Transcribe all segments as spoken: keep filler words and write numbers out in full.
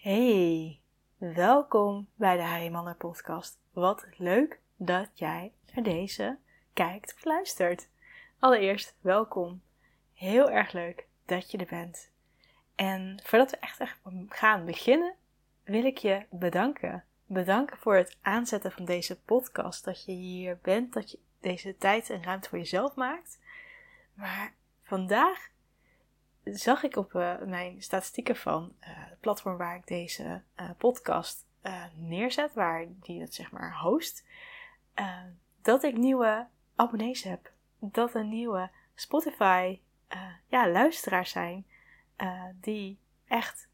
Hey, welkom bij de Harry Manner podcast. Wat leuk dat jij naar deze kijkt of luistert. Allereerst welkom. Heel erg leuk dat je er bent. En voordat we echt, echt gaan beginnen, wil ik je bedanken. Bedanken voor het aanzetten van deze podcast. Dat je hier bent, dat je deze tijd en ruimte voor jezelf maakt. Maar vandaag zag ik op uh, mijn statistieken van uh, het platform waar ik deze uh, podcast uh, neerzet, waar die het zeg maar host, uh, dat ik nieuwe abonnees heb. Dat er nieuwe Spotify uh, ja, luisteraars zijn uh, die echt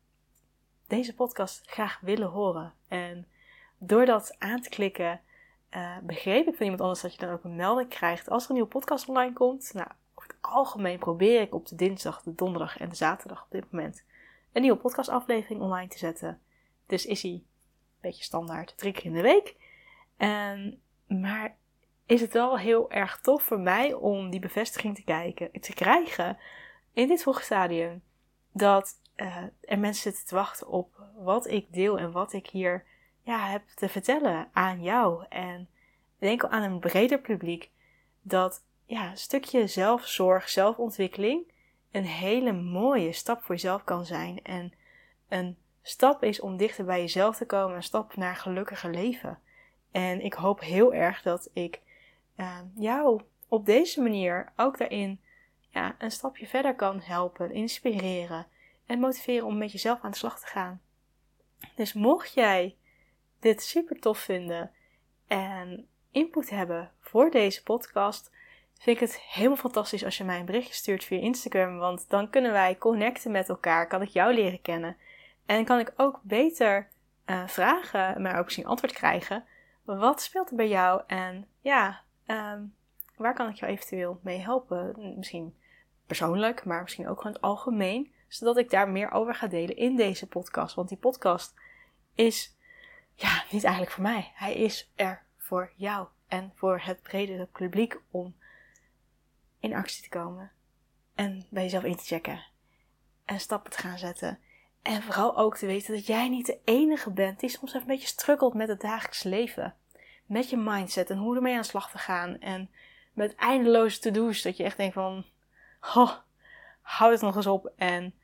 deze podcast graag willen horen. En door dat aan te klikken uh, begreep ik van iemand anders dat je dan ook een melding krijgt als er een nieuwe podcast online komt. Nou, over het algemeen probeer ik op de dinsdag, de donderdag en de zaterdag op dit moment een nieuwe podcastaflevering online te zetten. Dus is hij een beetje standaard drie keer in de week. Um, maar is het wel heel erg tof voor mij om die bevestiging te, kijken, te krijgen in dit vroege stadium. Dat uh, er mensen zitten te wachten op wat ik deel en wat ik hier ja, heb te vertellen aan jou. En denk aan een breder publiek dat ja, een stukje zelfzorg, zelfontwikkeling een hele mooie stap voor jezelf kan zijn. En een stap is om dichter bij jezelf te komen, een stap naar gelukkiger leven. En ik hoop heel erg dat ik uh, jou op deze manier ook daarin ja, een stapje verder kan helpen, inspireren en motiveren om met jezelf aan de slag te gaan. Dus mocht jij dit super tof vinden en input hebben voor deze podcast, vind ik het helemaal fantastisch als je mij een berichtje stuurt via Instagram, want dan kunnen wij connecten met elkaar, kan ik jou leren kennen en kan ik ook beter uh, vragen, maar ook misschien antwoord krijgen. Wat speelt er bij jou en ja, um, waar kan ik jou eventueel mee helpen? Misschien persoonlijk, maar misschien ook gewoon het algemeen, zodat ik daar meer over ga delen in deze podcast, want die podcast is ja, niet eigenlijk voor mij. Hij is er voor jou en voor het bredere publiek om in actie te komen. En bij jezelf in te checken. En stappen te gaan zetten. En vooral ook te weten dat jij niet de enige bent die soms even een beetje struggelt met het dagelijks leven. Met je mindset en hoe ermee aan de slag te gaan. En met eindeloze to-do's dat je echt denkt van, oh, houd het nog eens op. En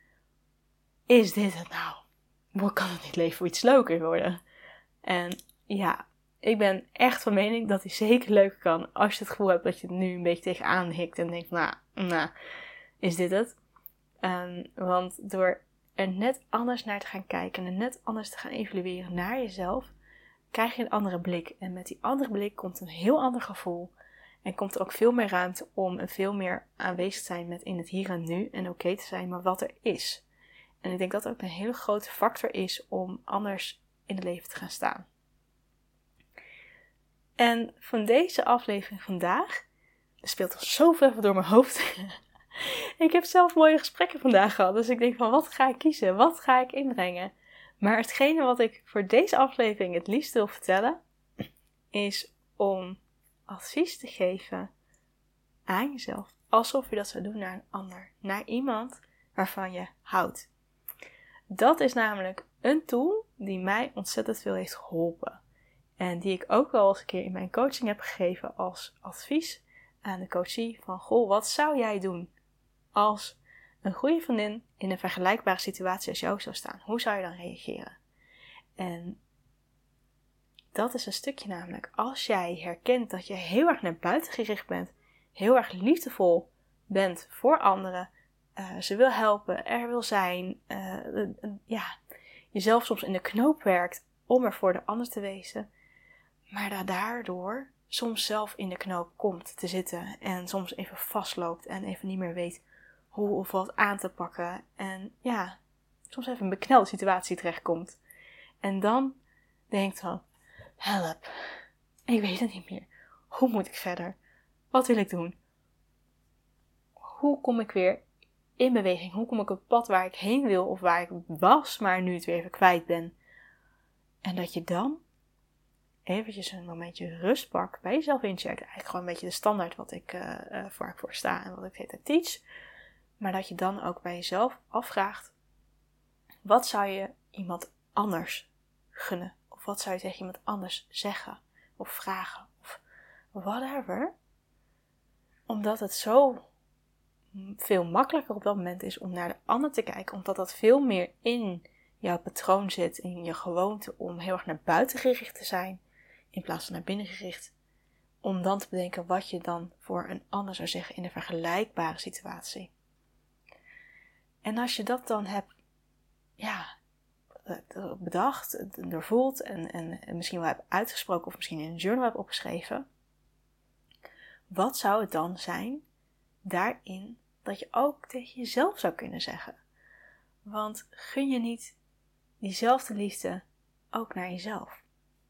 is dit het nou? Hoe kan het niet leven voor iets leuker worden? En ja, ik ben echt van mening dat hij zeker leuker kan als je het gevoel hebt dat je er nu een beetje tegenaan hikt en denkt, nou, nou, is dit het? Um, want door er net anders naar te gaan kijken en net anders te gaan evalueren naar jezelf, krijg je een andere blik. En met die andere blik komt een heel ander gevoel. En komt er ook veel meer ruimte om en veel meer aanwezig te zijn met in het hier en nu en oké okay te zijn, maar wat er is. En ik denk dat dat ook een hele grote factor is om anders in het leven te gaan staan. En van deze aflevering vandaag, er speelt er zoveel door mijn hoofd. Ik heb zelf mooie gesprekken vandaag gehad, dus ik denk van wat ga ik kiezen? Wat ga ik inbrengen? Maar hetgene wat ik voor deze aflevering het liefst wil vertellen, is om advies te geven aan jezelf. Alsof je dat zou doen naar een ander, naar iemand waarvan je houdt. Dat is namelijk een tool die mij ontzettend veel heeft geholpen. En die ik ook wel eens een keer in mijn coaching heb gegeven als advies aan de coachie. Van, goh, wat zou jij doen als een goede vriendin in een vergelijkbare situatie als jou zou staan? Hoe zou je dan reageren? En dat is een stukje namelijk. Als jij herkent dat je heel erg naar buiten gericht bent. Heel erg liefdevol bent voor anderen. Uh, ze wil helpen, er wil zijn. Uh, uh, uh, ja, jezelf soms in de knoop werkt om er voor de ander te wezen. Maar dat daardoor soms zelf in de knoop komt te zitten. En soms even vastloopt en even niet meer weet hoe of wat aan te pakken. En ja, soms even een beknelde situatie terechtkomt. En dan denkt van, help, ik weet het niet meer. Hoe moet ik verder? Wat wil ik doen? Hoe kom ik weer in beweging? Hoe kom ik op het pad waar ik heen wil of waar ik was, maar nu het weer even kwijt ben? En dat je dan eventjes een momentje rust pakt, bij jezelf incheckt. Eigenlijk gewoon een beetje de standaard wat ik, uh, uh, waar ik voor sta en wat ik heet teach. Maar dat je dan ook bij jezelf afvraagt, Wat zou je iemand anders gunnen? Of wat zou je tegen iemand anders zeggen? Of vragen? Of whatever. Omdat het zo veel makkelijker op dat moment is om naar de ander te kijken. Omdat dat veel meer in jouw patroon zit. In je gewoonte om heel erg naar buiten gericht te zijn. In plaats van naar binnen gericht. Om dan te bedenken wat je dan voor een ander zou zeggen in een vergelijkbare situatie. En als je dat dan hebt, ja, bedacht, doorvoeld en, en, en misschien wel hebt uitgesproken of misschien in een journal hebt opgeschreven. Wat zou het dan zijn daarin dat je ook tegen jezelf zou kunnen zeggen? Want gun je niet diezelfde liefde ook naar jezelf?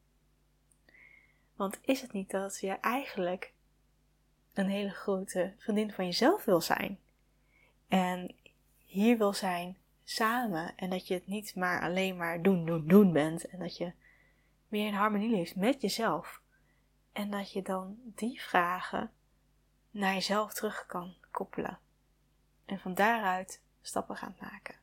Want is het niet dat je eigenlijk een hele grote vriendin van jezelf wil zijn? En hier wil zijn samen. En dat je het niet maar alleen maar doen, doen, doen bent. En dat je meer in harmonie leeft met jezelf. En dat je dan die vragen naar jezelf terug kan koppelen. En van daaruit stappen gaat maken.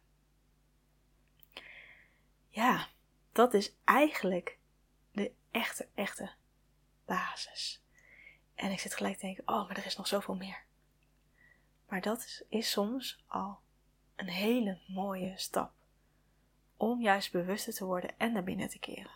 Ja, dat is eigenlijk de echte, echte basis. En ik zit gelijk te denken, oh, maar er is nog zoveel meer. Maar dat is, is soms al een hele mooie stap. Om juist bewuster te worden en naar binnen te keren.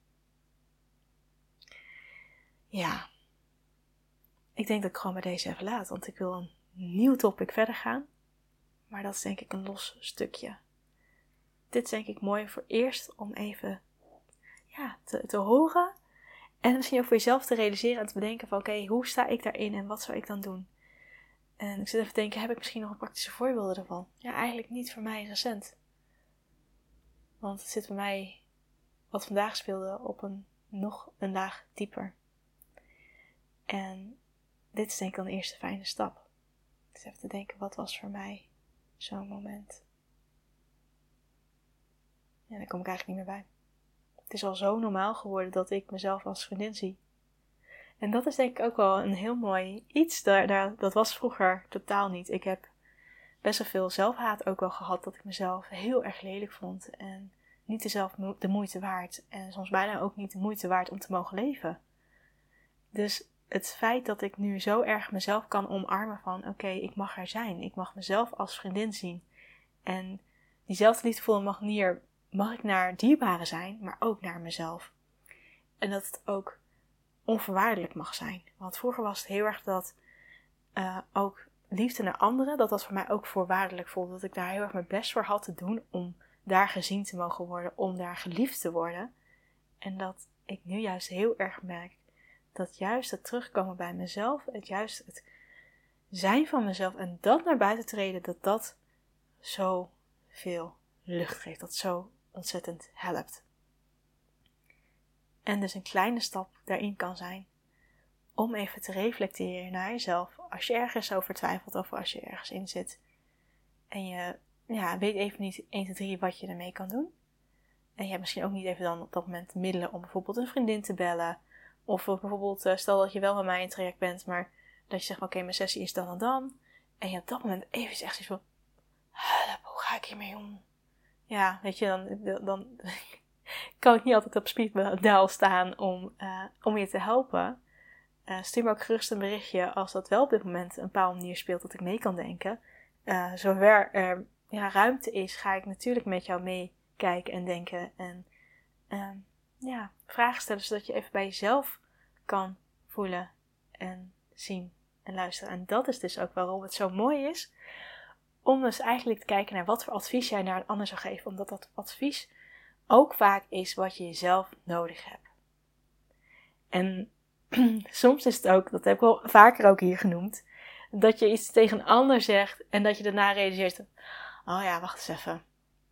Ja. Ik denk dat ik gewoon bij deze even laat. Want ik wil een nieuw topic verder gaan. Maar dat is denk ik een los stukje. Dit is denk ik mooi voor eerst om even ja, te, te horen. En misschien ook voor jezelf te realiseren en te bedenken van oké, okay, hoe sta ik daarin en wat zou ik dan doen? En ik zit even te denken, heb ik misschien nog een praktische voorbeelden ervan? Ja, eigenlijk niet voor mij recent. Want het zit bij mij, wat vandaag speelde, op een nog een laag dieper. En dit is denk ik dan de eerste fijne stap. Ik zit even te denken, wat was voor mij zo'n moment? Ja, daar kom ik eigenlijk niet meer bij. Het is al zo normaal geworden dat ik mezelf als vriendin zie. En dat is denk ik ook wel een heel mooi iets. Daar, daar, dat was vroeger totaal niet. Ik heb best wel veel zelfhaat ook wel gehad. Dat ik mezelf heel erg lelijk vond. En niet dezelf de moeite waard. En soms bijna ook niet de moeite waard om te mogen leven. Dus het feit dat ik nu zo erg mezelf kan omarmen van oké, okay, ik mag er zijn. Ik mag mezelf als vriendin zien. En diezelfde liefdevolle manier mag ik naar dierbaren zijn, maar ook naar mezelf. En dat het ook onvoorwaardelijk mag zijn. Want vroeger was het heel erg dat uh, ook liefde naar anderen, dat dat voor mij ook voorwaardelijk voelde. Dat ik daar heel erg mijn best voor had te doen om daar gezien te mogen worden, om daar geliefd te worden. En dat ik nu juist heel erg merk dat juist het terugkomen bij mezelf, het juist het zijn van mezelf en dat naar buiten treden, dat dat zo veel lucht geeft. Dat zo ontzettend helpt. En dus een kleine stap daarin kan zijn om even te reflecteren naar jezelf. Als je ergens over twijfelt of als je ergens in zit. En je ja, weet even niet één, twee, drie wat je ermee kan doen. En je hebt misschien ook niet even dan op dat moment middelen om bijvoorbeeld een vriendin te bellen. Of bijvoorbeeld, stel dat je wel met mij in traject bent, maar dat je zegt, oké, okay, mijn sessie is dan en dan. En je op dat moment even echt zoiets van, hoe ga ik hiermee om? Ja, weet je, dan, dan kan ik niet altijd op speed dial staan om, uh, om je te helpen. Uh, stuur me ook gerust een berichtje als dat wel op dit moment een bepaalde manier speelt dat ik mee kan denken. Uh, zover er ja, ruimte is, ga ik natuurlijk met jou meekijken en denken. En uh, ja, vragen stellen zodat je even bij jezelf kan voelen en zien en luisteren. En dat is dus ook waarom het zo mooi is om dus eigenlijk te kijken naar wat voor advies jij naar een ander zou geven. Omdat dat advies ook vaak is wat je jezelf nodig hebt. En soms is het ook, dat heb ik wel vaker ook hier genoemd, dat je iets tegen een ander zegt en dat je daarna realiseert, oh ja, wacht eens even.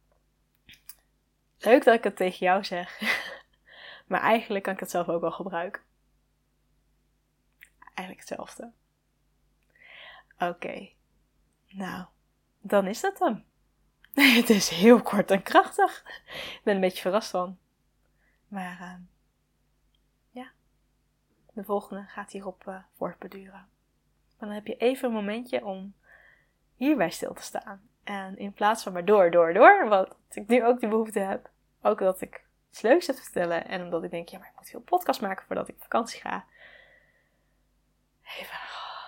Leuk dat ik het tegen jou zeg, maar eigenlijk kan ik het zelf ook wel gebruiken. Eigenlijk hetzelfde. Oké, okay. Nou, dan is dat hem. Het is heel kort en krachtig. Ik ben een beetje verrast van. Maar uh, ja, de volgende gaat hierop uh, voortbeduren. Maar dan heb je even een momentje om hierbij stil te staan. En in plaats van maar door, door, door, wat ik nu ook die behoefte heb, ook dat ik iets leuks heb te vertellen. En omdat ik denk, ja, maar ik moet veel podcast maken voordat ik op vakantie ga. Even,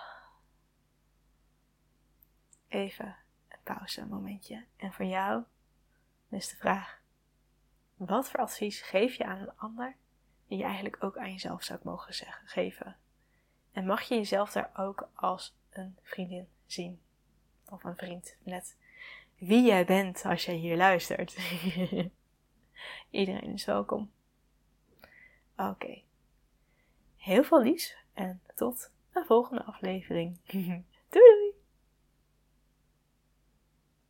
even een pauze, een momentje. En voor jou is de vraag, wat voor advies geef je aan een ander die je eigenlijk ook aan jezelf zou mogen zeggen, geven? En mag je jezelf daar ook als een vriendin zien? Of een vriend, net wie jij bent als jij hier luistert. Iedereen is welkom. Oké. Okay. Heel veel liefs en tot een volgende aflevering.